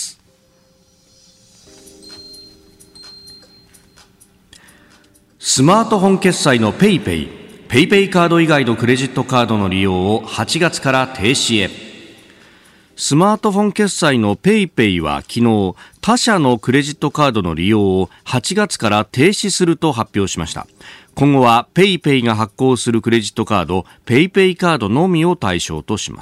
スマートフォン決済のペイペイカード以外のクレジットカードの利用を8月から停止へ。スマートフォン決済のペイペイは昨日、他社のクレジットカードの利用を8月から停止すると発表しました。今後はペイペイが発行するクレジットカード、ペイペイカードのみを対象とします。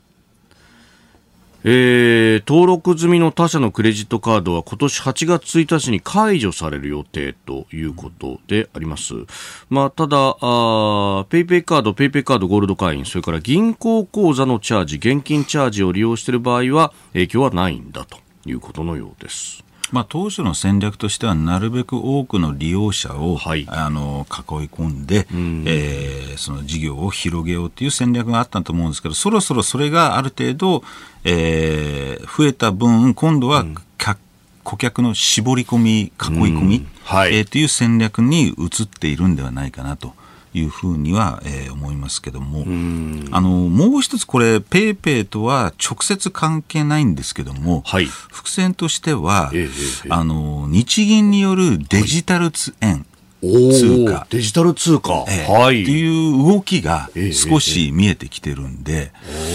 登録済みの他社のクレジットカードは今年8月1日に解除される予定ということであります。ただペイペイカードゴールド会員、それから銀行口座のチャージ、現金チャージを利用している場合は影響はないんだということのようです。 当初の戦略としてはなるべく多くの利用者を、囲い込んで、その事業を広げようという戦略があったと思うんですけど、そろそろそれがある程度、増えた分、今度は、顧客の絞り込み、囲い込み、という戦略に移っているんではないかなというふうには、思いますけども、もう一つこれペイペイとは直接関係ないんですけども、伏線としては、日銀によるデジタル円通貨、 デジタル通貨、 っていう動きが少し見えてきてるんで、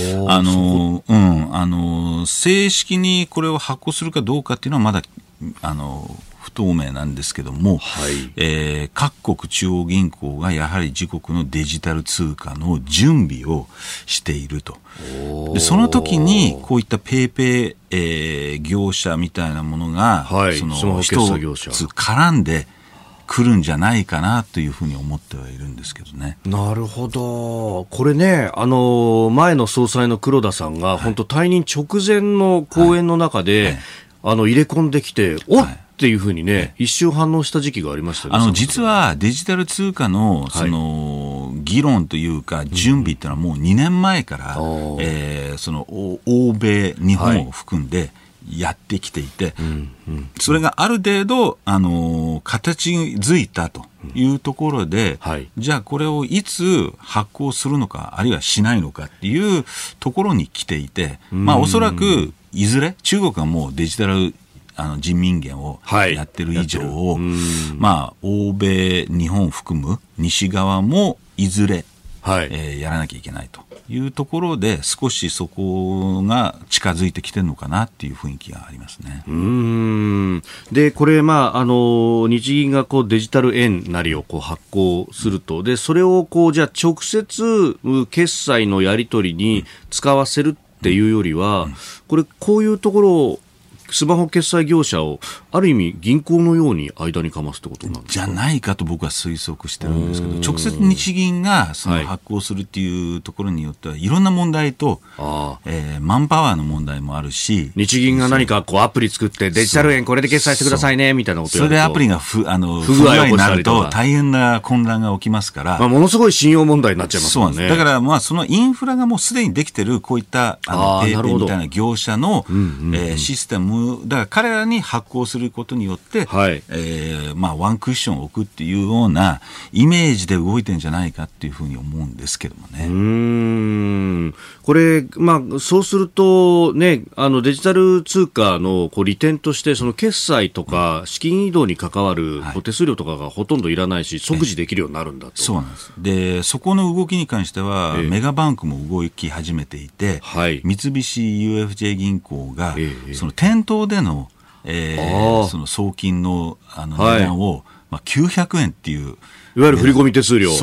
正式にこれを発行するかどうかっていうのはまだ不透明なんですけども、各国中央銀行がやはり自国のデジタル通貨の準備をしていると。でその時にこういったペイペイ、業者みたいなものが、その一つ絡んで来るんじゃないかなというふうに思ってはいるんですけどね。 なるほど。これね、前の総裁の黒田さんが、本当退任直前の講演の中で、入れ込んできて、っていうふうにね、一瞬反応した時期がありましたね。 実はデジタル通貨のその議論というか準備っていうのはもう2年前から、その欧米、日本を含んでやってきていて、それがある程度形づいたというところで、じゃあこれをいつ発行するのか、あるいはしないのかっていうところに来ていて、おそらくいずれ中国がもうデジタル人民元をやってる以上、欧米、日本を含む西側もいずれ、やらなきゃいけないというところで、少しそこが近づいてきてるのかなっていう雰囲気がありますね。 でこれ、日銀がデジタル円なりを発行すると、でそれをじゃあ直接決済のやり取りに使わせるっていうよりは、こういうところをスマホ決済業者をある意味銀行のように間にかますってことなんですか？ じゃないかと僕は推測してるんですけど、直接日銀がその発行するっていうところによってはいろんな問題と、マンパワーの問題もあるし、 日銀が何かアプリ作ってデジタル円これで決済してくださいねみたいなことやると、 それでアプリが不具合になると大変な混乱が起きますから、 ものすごい信用問題になっちゃいますもんね。 そうなんです。だからそのインフラがもうすでにできてるこういったペイペイみたいな業者のシステムだから彼らに発行することによって、ワンクッションを置くっていうようなイメージで動いてるんじゃないかっていうふうに思うんですけどもね。 これ、そうすると、ね、デジタル通貨の利点として、その決済とか資金移動に関わる手数料とかがほとんどいらないし、即時できるようになるんだと。 そうなんです。で、そこの動きに関しては、メガバンクも動き始めていて、三菱 UFJ 銀行が、その店頭でのその送金の値段を、900円っていう、 いわゆる振込手数料、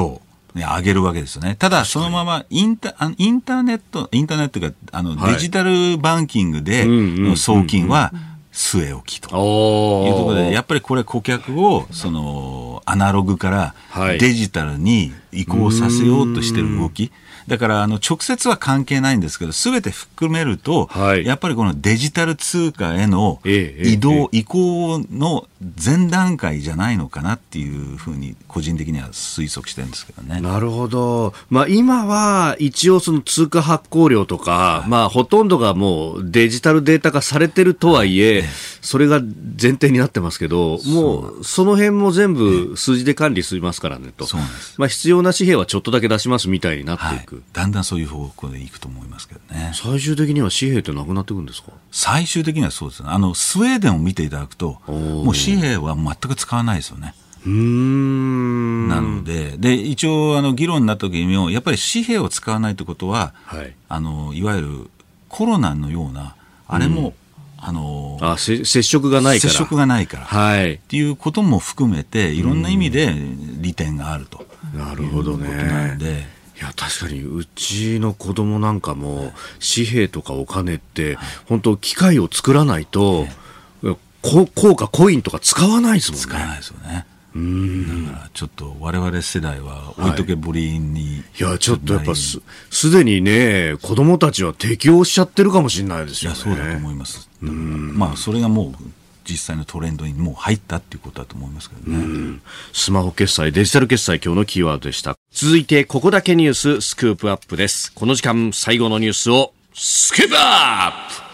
上げるわけですよね。ただそのままインターネットがデジタルバンキングでの送金は据え置きというところで、やっぱりこれ顧客をそのアナログからデジタルに移行させようとしている動き、だから直接は関係ないんですけど、すべて含めると、やっぱりこのデジタル通貨への移行の前段階じゃないのかなっていうふうに個人的には推測してるんですけどね。 なるほど。今は一応その通貨発行量とか、ほとんどがもうデジタルデータ化されてるとはいえ、それが前提になってますけど、もうその辺も全部数字で管理しますからねと。 そうなんです。 必要な紙幣はちょっとだけ出しますみたいになっていく。 だんだんそういう方向でいくと思いますけどね。 最終的には紙幣ってなくなっていくんですか？ 最終的にはそうですね。スウェーデンを見ていただくと、もう紙幣は全く使わないですよね。なので、一応議論になった時にもやっぱり紙幣を使わないということは、いわゆるコロナのようなあれも、 接触がないからっていうことも含めていろんな意味で利点があると。 なるほどね。 いうことなので、 いや確かにうちの子供なんかも紙幣とかお金って本当機械を作らないと硬貨コインとか使わないですもんね。 使わないですよね。だからちょっと我々世代は置いとけぼりに、 いやちょっとやっぱすでにね子供たちは適応しちゃってるかもしれないですよね。 いやそうだと思います。それがもう実際のトレンドにもう入ったっていうことだと思いますけどね。 スマホ決済、デジタル決済、今日のキーワードでした。続いてここだけニューススクープアップです。この時間最後のニュースをスクープアップ。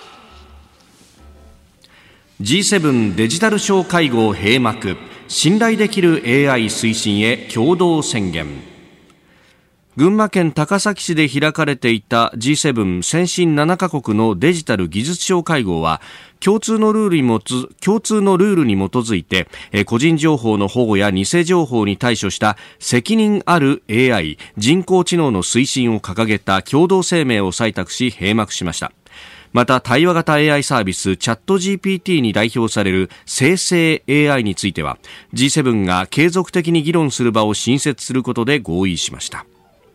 G7 デジタル相会合閉幕、信頼できる AI 推進へ共同宣言。群馬県高崎市で開かれていた G7 先進7カ国のデジタル技術相会合は共通のルールに基づいて個人情報の保護や偽情報に対処した責任ある AI 人工知能の推進を掲げた共同声明を採択し閉幕しました。また対話型 AI サービスチャット GPT に代表される生成 AI については G7 が継続的に議論する場を新設することで合意しました。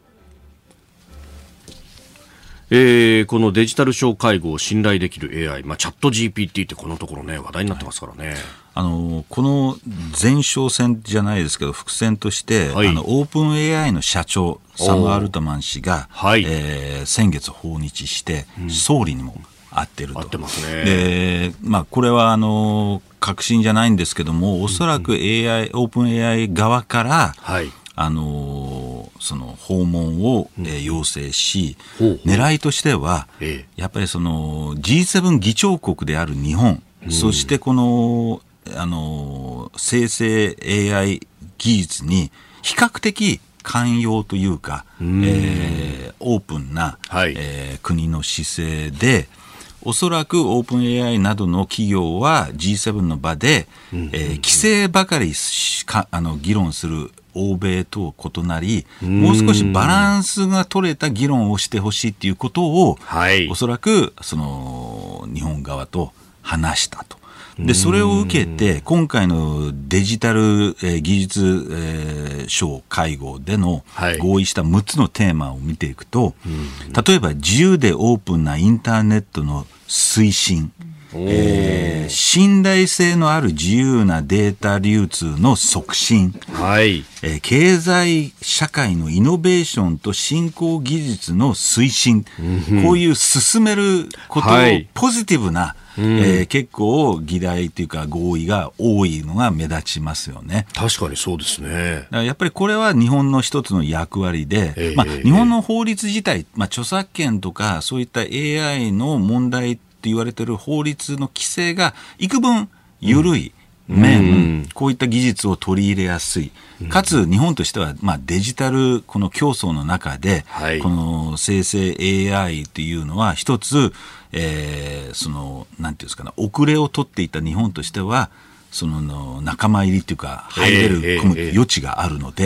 このデジタル相会合信頼できる AI、チャット GPT ってこのところね話題になってますからね。 この前哨戦じゃないですけど伏線として、オープン AI の社長サム・アルトマン氏が、先月訪日して、総理にも会ってると。 会ってますね。 で、これは確信じゃないんですけども、おそらくオープン AI 側から、その訪問を、要請し、狙いとしては、やっぱりその G7 議長国である日本、そしてこの生成 AI 技術に比較的寛容というか、オープンな、国の姿勢で、おそらくオープン AI などの企業は G7 の場で、規制ばかり議論する欧米と異なり、もう少しバランスが取れた議論をしてほしいということを、おそらくその日本側と話したと。でそれを受けて今回のデジタル、技術、相会合での合意した6つのテーマを見ていくと、例えば自由でオープンなインターネットの推進、信頼性のある自由なデータ流通の促進、経済社会のイノベーションと振興技術の推進、こういう進めることをポジティブな、結構議題というか合意が多いのが目立ちますよね。 確かにそうですね。 だからやっぱりこれは日本の一つの役割で、日本の法律自体、著作権とかそういった AI の問題って言われている法律の規制が幾分緩い面、こういった技術を取り入れやすい、かつ日本としては、デジタルこの競争の中で、この生成 AI というのは一つ、そのなんていうんですかね、遅れを取っていた日本としてはその仲間入りというか入れる余地があるので、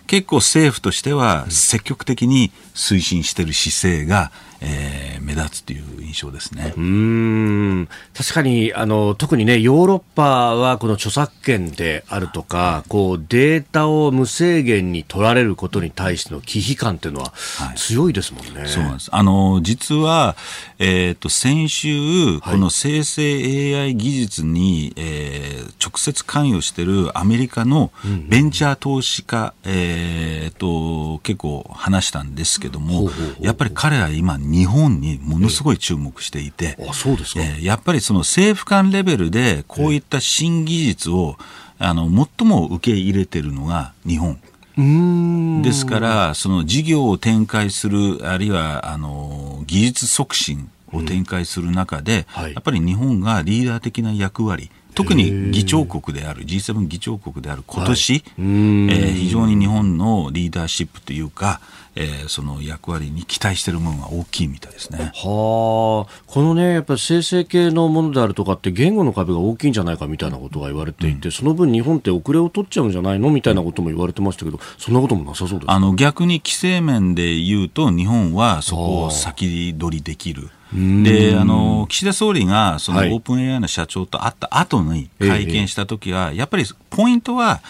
結構政府としては積極的に推進している姿勢が、目立つという印象ですね。 確かに特にね、ヨーロッパはこの著作権であるとか、こうデータを無制限に取られることに対しての危機感というのは強いですもんね。 そうなんです。実は、先週、この生成 AI 技術に、直接関与しているアメリカのベンチャー投資家、結構話したんですけども、やっぱり彼ら今日本にものすごい注目していて、 そうですか。 やっぱりその政府間レベルでこういった新技術を最も受け入れているのが日本ですから、その事業を展開する、あるいは技術促進を展開する中で、やっぱり日本がリーダー的な役割、特に議長国である G7 議長国である今年、非常に日本のリーダーシップというか、その役割に期待している部分は大きいみたいですね。 このね、やっぱり生成系のものであるとかって言語の壁が大きいんじゃないかみたいなことが言われていて、その分日本って遅れを取っちゃうんじゃないのみたいなことも言われてましたけど、そんなこともなさそうですか？ 逆に規制面で言うと日本はそこを先取りできる。で、岸田総理がそのオープン AI の社長と会った後に会見したときは、やっぱりポイントは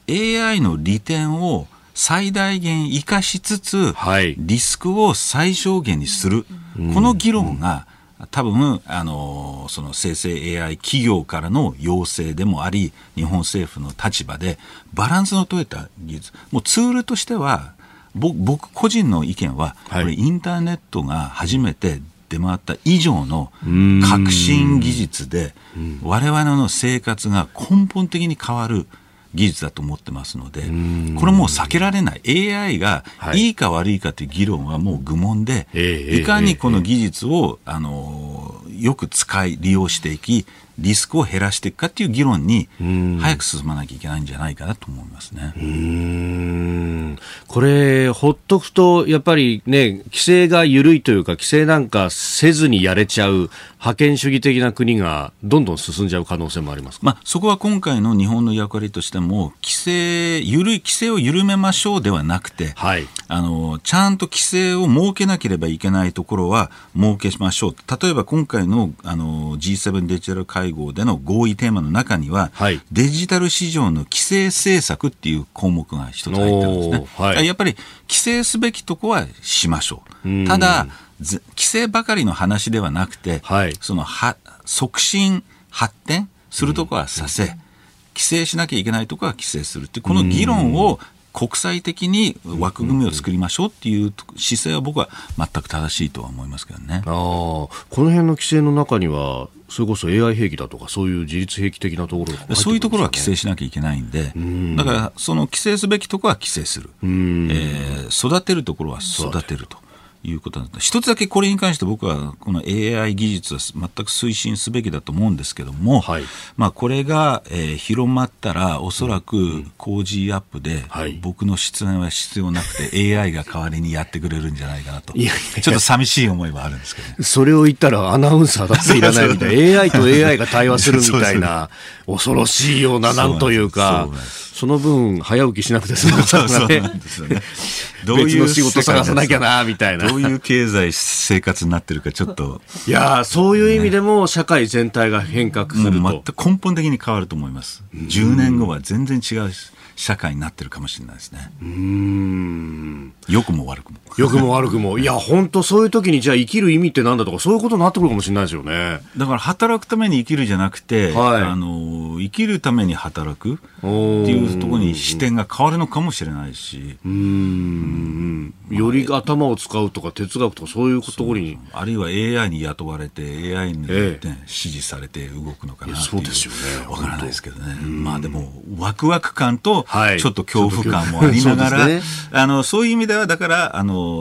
AI の利点を最大限生かしつつ、リスクを最小限にする、この議論が多分その生成 AI 企業からの要請でもあり、日本政府の立場でバランスの取れた技術、もうツールとしては僕個人の意見は、これインターネットが初めて出回った以上の革新技術で、我々の生活が根本的に変わる技術だと思ってますので、これもう避けられない。 AI がいいか悪いかという議論はもう愚問で、いかにこの技術をよく利用していき、リスクを減らしていくかという議論に早く進まなきゃいけないんじゃないかなと思いますね。 これほっとくとやっぱりね、規制が緩いというか、規制なんかせずにやれちゃう覇権主義的な国がどんどん進んじゃう可能性もありますか？ そこは今回の日本の役割としても、規制を緩めましょうではなくて、ちゃんと規制を設けなければいけないところは設けましょう。例えば今回のG7 デジタル会合での合意テーマの中には、デジタル市場の規制政策っていう項目が一つ入ってるんですね。やっぱり規制すべきとこはしましょう。ただ規制ばかりの話ではなくて、その促進発展するとこはさせ、規制しなきゃいけないとこは規制するっていう、この議論を国際的に枠組みを作りましょうっていう姿勢は僕は全く正しいとは思いますけどね。 この辺の規制の中にはそれこそ AI 兵器だとかそういう自律兵器的なところ、ね、 そういうところは規制しなきゃいけないんで、だからその規制すべきところは規制する、育てるところは育てるということなんだ。一つだけこれに関して僕はこの AI 技術は全く推進すべきだと思うんですけども、これが、広まったらおそらくコージーアップで僕の出演は必要なくて AI が代わりにやってくれるんじゃないかなと、ちょっと寂しい思いはあるんですけどね。 それを言ったらアナウンサーだっていらないみたいなAI と AI が対話するみたいな恐ろしいような、なんというか、その分早起きしなくて済むからね。別の仕事探さなきゃなみたいな。 どういう経済生活になってるかちょっと。 いや、そういう意味でも社会全体が変革すると、 全く根本的に変わると思います。10年後は全然違う社会になってるかもしれないですね。良くも悪くも。 良くも悪くも。いや、本当そういう時にじゃあ生きる意味ってなんだとか、そういうことになってくるかもしれないですよね。 だから働くために生きるじゃなくて、生きるために働くっていうところに視点が変わるのかもしれないし、 より頭を使うとか哲学とかそういうところに、 あるいは AI に雇われて AI に、指示されて動くのかなっていう。 そうですよね。 わからないですけどね。でもワクワク感とちょっと恐怖感もありながら、そういう意味ではだから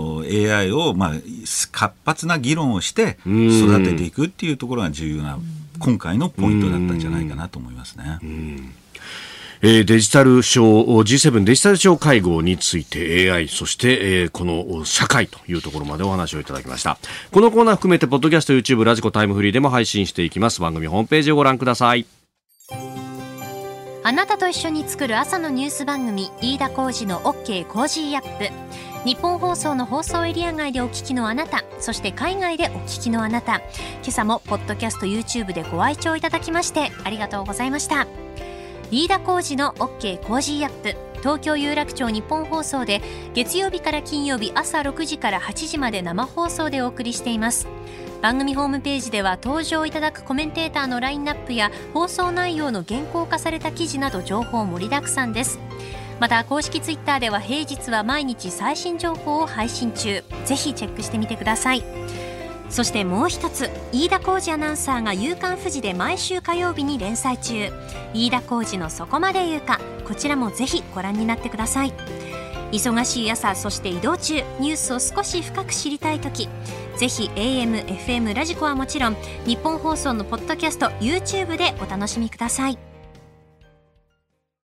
AI を活発な議論をして育てていくっていうところが重要な今回のポイントだったんじゃないかなと思いますね。 デジタル省 G7 デジタル省会合について AI そして、この社会というところまでお話をいただきました。このコーナー含めてポッドキャスト YouTube ラジコタイムフリーでも配信していきます。番組ホームページをご覧ください。 あなたと一緒に作る朝のニュース番組、飯田浩司の OK コージーアップ。日本放送の放送エリア外でお聞きのあなた、そして海外でお聞きのあなた、今朝もポッドキャスト YouTube でご愛聴いただきましてありがとうございました。飯田浩司の OK コージーアップ、東京有楽町日本放送で月曜日から金曜日朝6時から8時まで生放送でお送りしています。番組ホームページでは登場いただくコメンテーターのラインナップや放送内容の原稿化された記事など情報盛りだくさんです。また公式ツイッターでは平日は毎日最新情報を配信中、ぜひチェックしてみてください。そしてもう一つ、飯田浩司アナウンサーが夕刊フジで毎週火曜日に連載中、飯田浩司のそこまで言うか、こちらもぜひご覧になってください。忙しい朝、そして移動中、ニュースを少し深く知りたいとき、ぜひ AM、FM、ラジコはもちろん日本放送のポッドキャスト YouTube でお楽しみください。